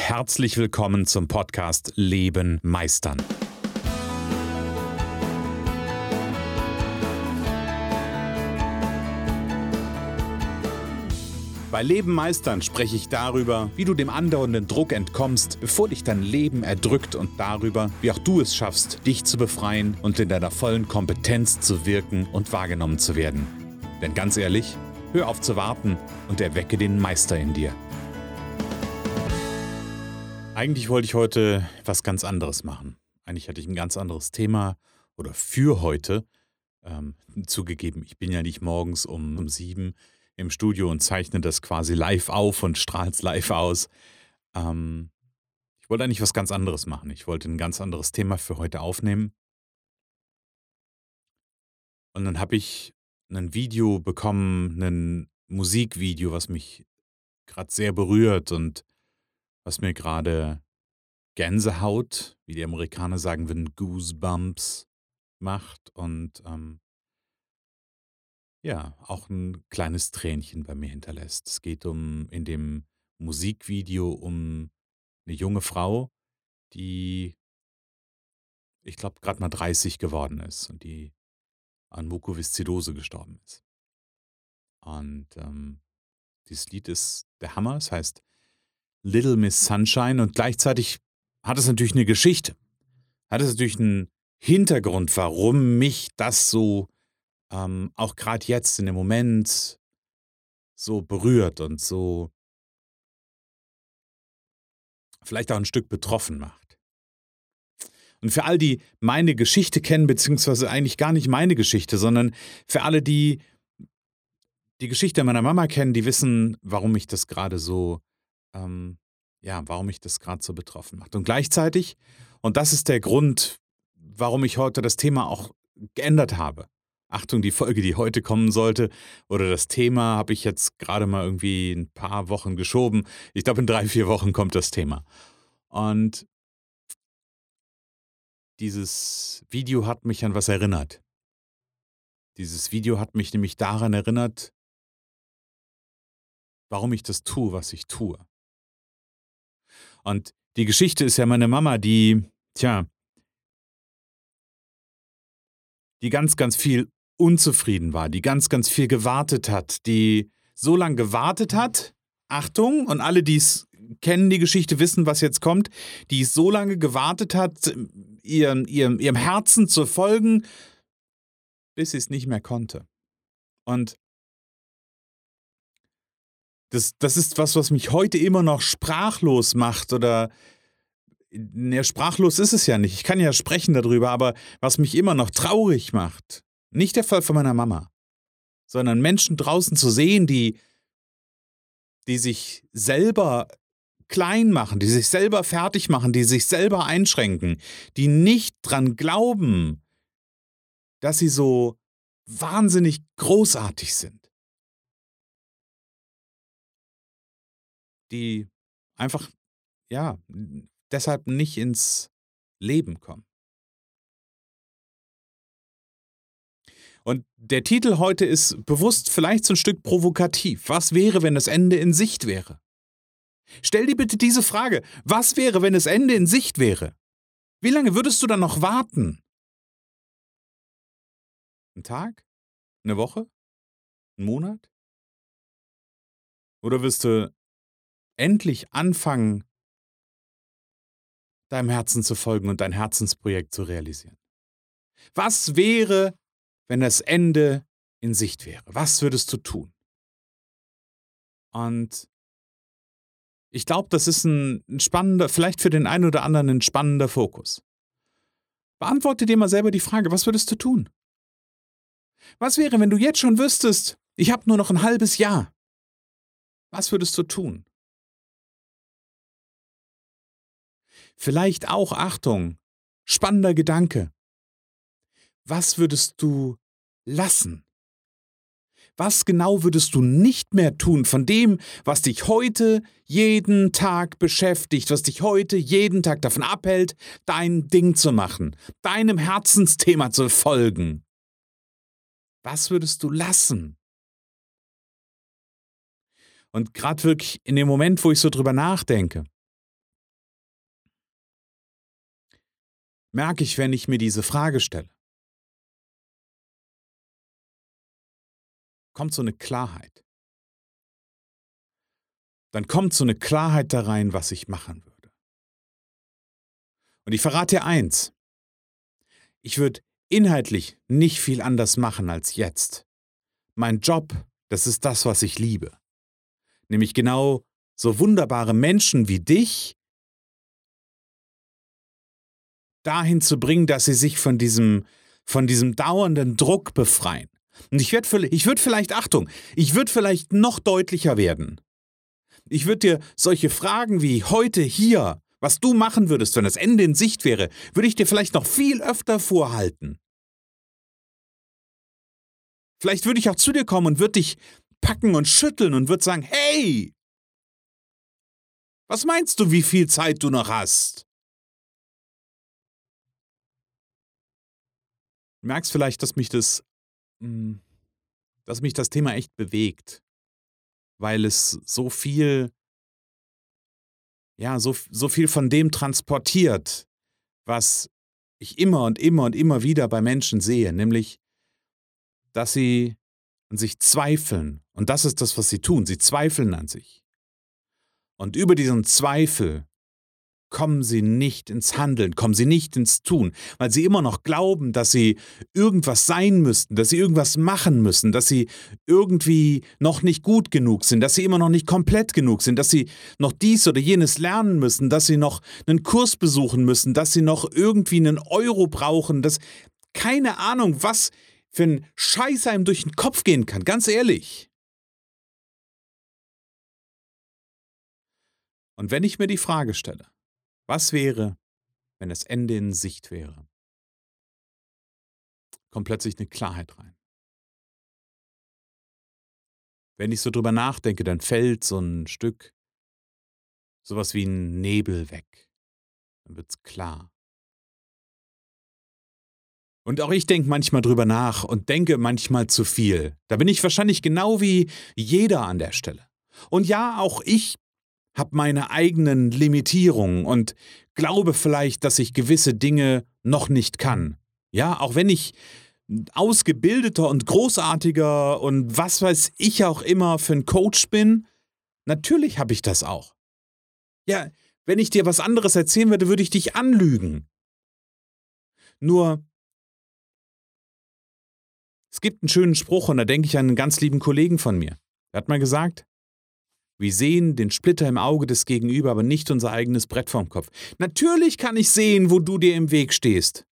herzlich willkommen zum Podcast Leben meistern. Bei Leben meistern spreche ich darüber, wie du dem andauernden Druck entkommst, bevor dich dein Leben erdrückt, und darüber, wie auch du es schaffst, dich zu befreien und in deiner vollen Kompetenz zu wirken und wahrgenommen zu werden. Denn ganz ehrlich, hör auf zu warten und erwecke den Meister in dir. Eigentlich wollte ich heute was ganz anderes machen. Eigentlich hatte ich ein ganz anderes Thema oder für heute. Zugegeben, ich bin ja nicht morgens um 7 im Studio und zeichne das quasi live auf und strahle es live aus. Ich wollte eigentlich was ganz anderes machen. Ich wollte ein ganz anderes Thema für heute aufnehmen. Und dann habe ich ein Video bekommen, ein Musikvideo, was mich gerade sehr berührt und was mir gerade Gänsehaut, wie die Amerikaner sagen würden, Goosebumps macht und ja, auch ein kleines Tränchen bei mir hinterlässt. Es geht in dem Musikvideo um eine junge Frau, die, ich glaube, gerade mal 30 geworden ist und die an Mukoviszidose gestorben ist. Und dieses Lied ist der Hammer. Es heißt Little Miss Sunshine und gleichzeitig hat es natürlich eine Geschichte. Hat es natürlich einen Hintergrund, warum mich das so auch gerade jetzt in dem Moment so berührt und so vielleicht auch ein Stück betroffen macht. Und für all die meine Geschichte kennen, beziehungsweise eigentlich gar nicht meine Geschichte, sondern für alle, die die Geschichte meiner Mama kennen, die wissen, warum mich das gerade so, warum mich das gerade so betroffen macht. Und gleichzeitig, und das ist der Grund, warum ich heute das Thema auch geändert habe. Achtung, die Folge, die heute kommen sollte, oder das Thema habe ich jetzt gerade mal irgendwie ein paar Wochen geschoben. Ich glaube, in 3, 4 Wochen kommt das Thema. Und dieses Video hat mich an was erinnert. Dieses Video hat mich nämlich daran erinnert, warum ich das tue, was ich tue. Und die Geschichte ist ja meine Mama, die ganz, ganz viel unzufrieden war, die ganz, ganz viel gewartet hat, die so lange gewartet hat, Achtung, und alle, die es kennen, die Geschichte, wissen, was jetzt kommt, die so lange gewartet hat, ihrem Herzen zu folgen, bis sie es nicht mehr konnte. Und das ist was mich heute immer noch sprachlos macht oder sprachlos ist es ja nicht. Ich kann ja sprechen darüber, aber was mich immer noch traurig macht, nicht der Fall von meiner Mama, sondern Menschen draußen zu sehen, die sich selber klein machen, die sich selber fertig machen, die sich selber einschränken, die nicht dran glauben, dass sie so wahnsinnig großartig sind. Die einfach, ja, deshalb nicht ins Leben kommen. Und der Titel heute ist bewusst vielleicht so ein Stück provokativ. Was wäre, wenn das Ende in Sicht wäre? Stell dir bitte diese Frage. Was wäre, wenn das Ende in Sicht wäre? Wie lange würdest du dann noch warten? Ein Tag? Eine Woche? Ein Monat? Oder wirst du endlich anfangen, deinem Herzen zu folgen und dein Herzensprojekt zu realisieren? Was wäre, wenn das Ende in Sicht wäre? Was würdest du tun? Und ich glaube, das ist ein spannender, vielleicht für den einen oder anderen ein spannender Fokus. Beantworte dir mal selber die Frage, was würdest du tun? Was wäre, wenn du jetzt schon wüsstest, ich habe nur noch ein halbes Jahr? Was würdest du tun? Vielleicht auch, Achtung, spannender Gedanke. Was würdest du lassen? Was genau würdest du nicht mehr tun von dem, was dich heute jeden Tag beschäftigt, was dich heute jeden Tag davon abhält, dein Ding zu machen, deinem Herzensthema zu folgen? Was würdest du lassen? Und gerade wirklich in dem Moment, wo ich so drüber nachdenke, merke ich, wenn ich mir diese Frage stelle, kommt so eine Klarheit. Dann kommt so eine Klarheit da rein, was ich machen würde. Und ich verrate dir eins, ich würde inhaltlich nicht viel anders machen als jetzt. Mein Job, das ist das, was ich liebe. Nämlich genau so wunderbare Menschen wie dich dahin zu bringen, dass sie sich von diesem dauernden Druck befreien. Und ich würde vielleicht, Achtung, ich würde vielleicht noch deutlicher werden. Ich würde dir solche Fragen wie heute hier, was du machen würdest, wenn das Ende in Sicht wäre, würde ich dir vielleicht noch viel öfter vorhalten. Vielleicht würde ich auch zu dir kommen und würde dich packen und schütteln und würde sagen, hey, was meinst du, wie viel Zeit du noch hast? Du merkst vielleicht, mm, dass mich das Thema echt bewegt, weil es so viel, ja, so viel von dem transportiert, was ich immer und immer und immer wieder bei Menschen sehe, nämlich, dass sie an sich zweifeln. Und das ist das, was sie tun. Sie zweifeln an sich. Und über diesen Zweifel kommen sie nicht ins Handeln, kommen sie nicht ins Tun, weil sie immer noch glauben, dass sie irgendwas sein müssten, dass sie irgendwas machen müssen, dass sie irgendwie noch nicht gut genug sind, dass sie immer noch nicht komplett genug sind, dass sie noch dies oder jenes lernen müssen, dass sie noch einen Kurs besuchen müssen, dass sie noch irgendwie einen Euro brauchen, dass keine Ahnung, was für ein Scheiß einem durch den Kopf gehen kann, ganz ehrlich. Und wenn ich mir die Frage stelle, was wäre, wenn das Ende in Sicht wäre, kommt plötzlich eine Klarheit rein. Wenn ich so drüber nachdenke, dann fällt so ein Stück, sowas wie ein Nebel weg. Dann wird's klar. Und auch ich denke manchmal drüber nach und denke manchmal zu viel. Da bin ich wahrscheinlich genau wie jeder an der Stelle. Und ja, auch ich habe meine eigenen Limitierungen und glaube vielleicht, dass ich gewisse Dinge noch nicht kann. Ja, auch wenn ich ausgebildeter und großartiger und was weiß ich auch immer für ein Coach bin, natürlich habe ich das auch. Ja, wenn ich dir was anderes erzählen würde, würde ich dich anlügen. Nur, es gibt einen schönen Spruch und da denke ich an einen ganz lieben Kollegen von mir. Er hat mal gesagt, wir sehen den Splitter im Auge des Gegenüber, aber nicht unser eigenes Brett vorm Kopf. Natürlich kann ich sehen, wo du dir im Weg stehst.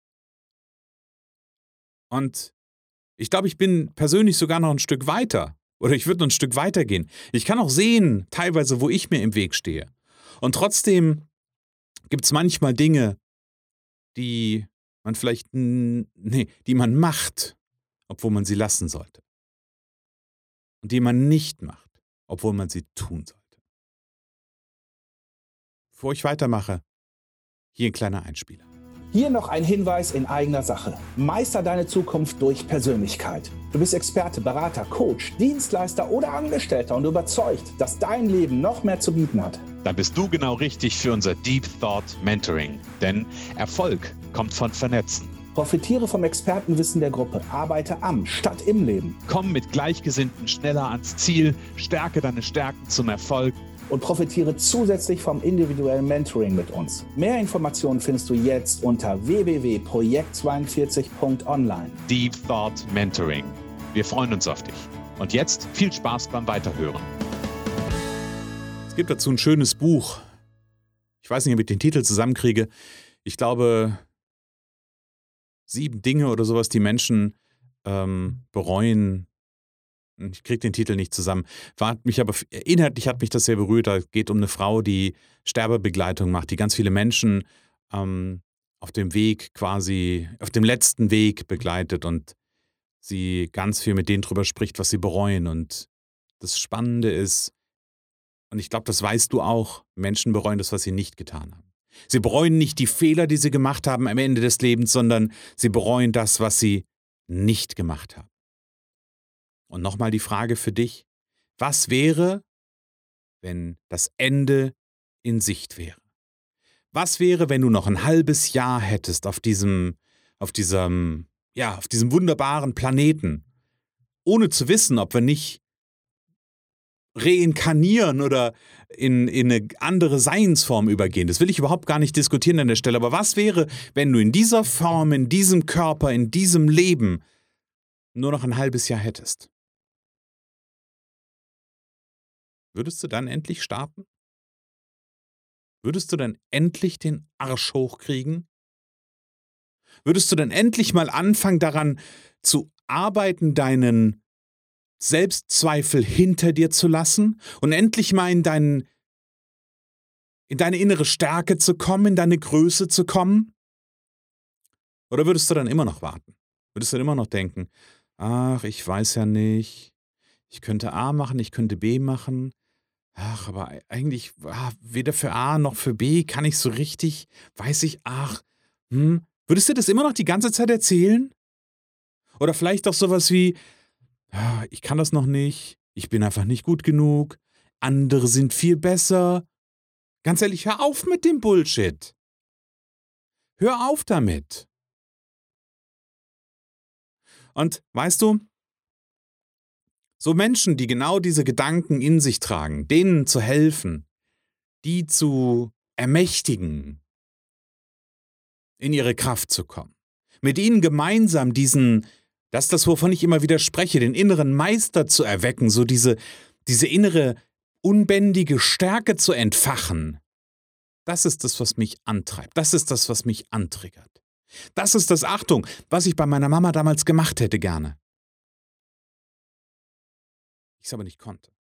Und ich glaube, ich bin persönlich sogar noch ein Stück weiter. Oder ich würde noch ein Stück weiter gehen. Ich kann auch sehen, teilweise, wo ich mir im Weg stehe. Und trotzdem gibt es manchmal Dinge, die man vielleicht, nee, die man macht, obwohl man sie lassen sollte. Und die man nicht macht, obwohl man sie tun sollte. Bevor ich weitermache, hier ein kleiner Einspieler. Hier noch ein Hinweis in eigener Sache. Meister deine Zukunft durch Persönlichkeit. Du bist Experte, Berater, Coach, Dienstleister oder Angestellter und überzeugt, dass dein Leben noch mehr zu bieten hat. Dann bist du genau richtig für unser Deep Thought Mentoring. Denn Erfolg kommt von Vernetzen. Profitiere vom Expertenwissen der Gruppe. Arbeite am statt im Leben. Komm mit Gleichgesinnten schneller ans Ziel. Stärke deine Stärken zum Erfolg. Und profitiere zusätzlich vom individuellen Mentoring mit uns. Mehr Informationen findest du jetzt unter www.projekt42.online. Deep Thought Mentoring. Wir freuen uns auf dich. Und jetzt viel Spaß beim Weiterhören. Es gibt dazu ein schönes Buch. Ich weiß nicht, ob ich den Titel zusammenkriege. Ich glaube, 7 Dinge oder sowas, die Menschen bereuen. Ich kriege den Titel nicht zusammen. Inhaltlich hat mich das sehr berührt. Da geht um eine Frau, die Sterbebegleitung macht, die ganz viele Menschen auf dem Weg quasi, auf dem letzten Weg begleitet und sie ganz viel mit denen drüber spricht, was sie bereuen. Und das Spannende ist, und ich glaube, das weißt du auch, Menschen bereuen das, was sie nicht getan haben. Sie bereuen nicht die Fehler, die sie gemacht haben am Ende des Lebens, sondern sie bereuen das, was sie nicht gemacht haben. Und nochmal die Frage für dich, was wäre, wenn das Ende in Sicht wäre? Was wäre, wenn du noch ein halbes Jahr hättest auf diesem wunderbaren Planeten, ohne zu wissen, ob wir nicht reinkarnieren oder in eine andere Seinsform übergehen. Das will ich überhaupt gar nicht diskutieren an der Stelle. Aber was wäre, wenn du in dieser Form, in diesem Körper, in diesem Leben nur noch ein halbes Jahr hättest? Würdest du dann endlich starten? Würdest du dann endlich den Arsch hochkriegen? Würdest du dann endlich mal anfangen, daran zu arbeiten, deinen Selbstzweifel hinter dir zu lassen und endlich mal in deine innere Stärke zu kommen, in deine Größe zu kommen? Oder würdest du dann immer noch warten? Würdest du dann immer noch denken, ach, ich weiß ja nicht, ich könnte A machen, ich könnte B machen, ach, aber eigentlich weder für A noch für B kann ich so richtig, weiß ich, würdest du das immer noch die ganze Zeit erzählen? Oder vielleicht auch sowas wie, ich kann das noch nicht, ich bin einfach nicht gut genug, andere sind viel besser. Ganz ehrlich, hör auf mit dem Bullshit. Hör auf damit. Und weißt du, so Menschen, die genau diese Gedanken in sich tragen, denen zu helfen, die zu ermächtigen, in ihre Kraft zu kommen, mit ihnen gemeinsam das ist das, wovon ich immer wieder spreche, den inneren Meister zu erwecken, so diese innere, unbändige Stärke zu entfachen. Das ist das, was mich antreibt. Das ist das, was mich antriggert. Das ist das, Achtung, was ich bei meiner Mama damals gemacht hätte gerne. Ich es aber nicht konnte.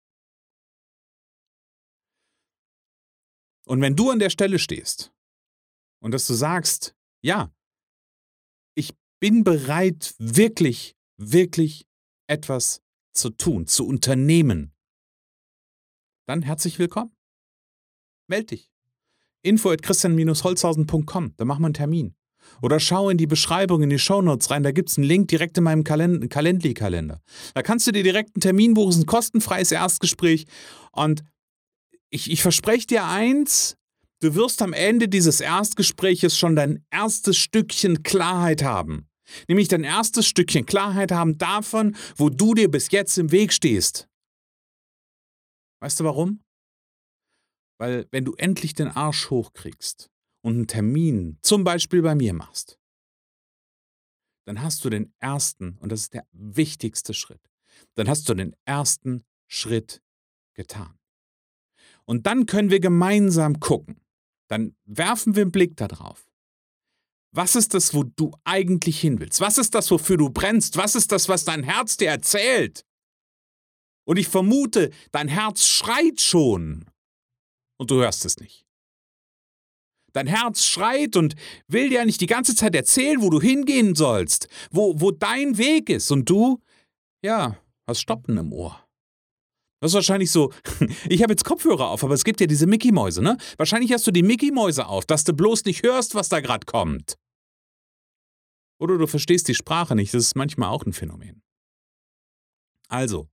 Und wenn du an der Stelle stehst und dass du sagst, ja, ich bin bereit, wirklich, wirklich etwas zu tun, zu unternehmen, dann herzlich willkommen. Meld dich. info@christian-holzhausen.com, da machen wir einen Termin. Oder schau in die Beschreibung, in die Shownotes rein, da gibt es einen Link direkt in meinem Calendly-Kalender. Da kannst du dir direkt einen Termin buchen, es ist ein kostenfreies Erstgespräch. Und ich verspreche dir eins, du wirst am Ende dieses Erstgespräches schon dein erstes Stückchen Klarheit haben. Nämlich dein erstes Stückchen Klarheit haben davon, wo du dir bis jetzt im Weg stehst. Weißt du warum? Weil wenn du endlich den Arsch hochkriegst und einen Termin zum Beispiel bei mir machst, dann hast du den ersten, und das ist der wichtigste Schritt, dann hast du den ersten Schritt getan. Und dann können wir gemeinsam gucken. Dann werfen wir einen Blick darauf. Was ist das, wo du eigentlich hin willst? Was ist das, wofür du brennst? Was ist das, was dein Herz dir erzählt? Und ich vermute, dein Herz schreit schon und du hörst es nicht. Dein Herz schreit und will dir nicht die ganze Zeit erzählen, wo du hingehen sollst, wo dein Weg ist. Und du, hast Stoppen im Ohr. Das ist wahrscheinlich so, ich habe jetzt Kopfhörer auf, aber es gibt ja diese Mickey-Mäuse, ne? Wahrscheinlich hast du die Mickey-Mäuse auf, dass du bloß nicht hörst, was da gerade kommt. Oder du verstehst die Sprache nicht, das ist manchmal auch ein Phänomen. Also,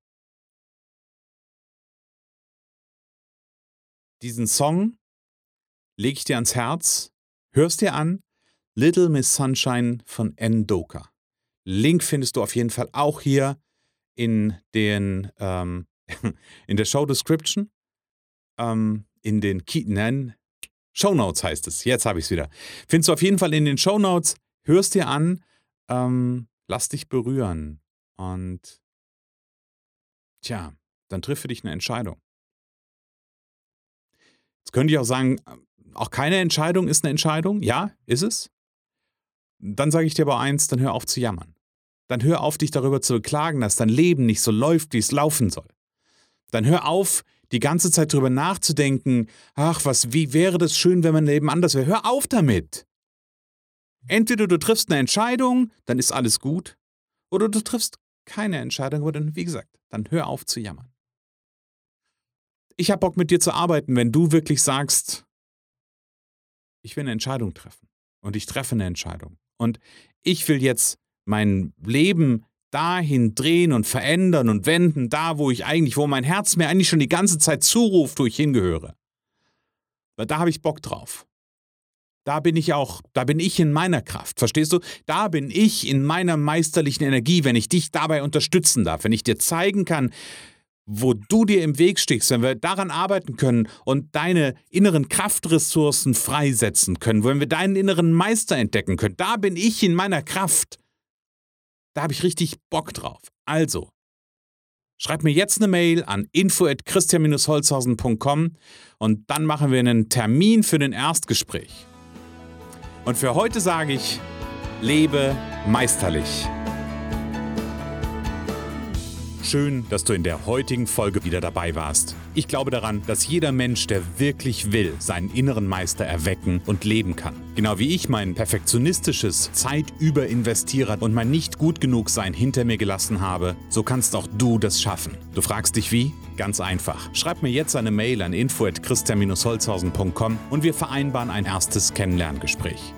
diesen Song lege ich dir ans Herz, hörst dir an, Little Miss Sunshine von Ndoka. Link findest du auf jeden Fall auch hier in der Show Description, in den Shownotes heißt es, jetzt habe ich es wieder. Findest du auf jeden Fall in den Shownotes, hörst dir an, lass dich berühren und dann triff für dich eine Entscheidung. Jetzt könnte ich auch sagen, auch keine Entscheidung ist eine Entscheidung. Ja, ist es. Dann sage ich dir aber eins, dann hör auf zu jammern. Dann hör auf, dich darüber zu beklagen, dass dein Leben nicht so läuft, wie es laufen soll. Dann hör auf, die ganze Zeit darüber nachzudenken, wie wäre das schön, wenn mein Leben anders wäre. Hör auf damit. Entweder du triffst eine Entscheidung, dann ist alles gut, oder du triffst keine Entscheidung, aber dann, wie gesagt, dann hör auf zu jammern. Ich habe Bock, mit dir zu arbeiten, wenn du wirklich sagst, ich will eine Entscheidung treffen. Und ich treffe eine Entscheidung. Und ich will jetzt mein Leben dahin drehen und verändern und wenden, wo mein Herz mir eigentlich schon die ganze Zeit zuruft, wo ich hingehöre. Weil da habe ich Bock drauf. Da bin ich in meiner Kraft, verstehst du? Da bin ich in meiner meisterlichen Energie, wenn ich dich dabei unterstützen darf, wenn ich dir zeigen kann, wo du dir im Weg stehst, wenn wir daran arbeiten können und deine inneren Kraftressourcen freisetzen können, wenn wir deinen inneren Meister entdecken können, da bin ich in meiner Kraft. Da habe ich richtig Bock drauf. Also, schreib mir jetzt eine Mail an info@christian-holzhausen.com und dann machen wir einen Termin für ein Erstgespräch. Und für heute sage ich, lebe meisterlich. Schön, dass du in der heutigen Folge wieder dabei warst. Ich glaube daran, dass jeder Mensch, der wirklich will, seinen inneren Meister erwecken und leben kann. Genau wie ich mein perfektionistisches Zeitüberinvestierer und mein Nicht-Gut-Genug-Sein hinter mir gelassen habe, so kannst auch du das schaffen. Du fragst dich wie? Ganz einfach. Schreib mir jetzt eine Mail an info@christian-holzhausen.com und wir vereinbaren ein erstes Kennenlerngespräch.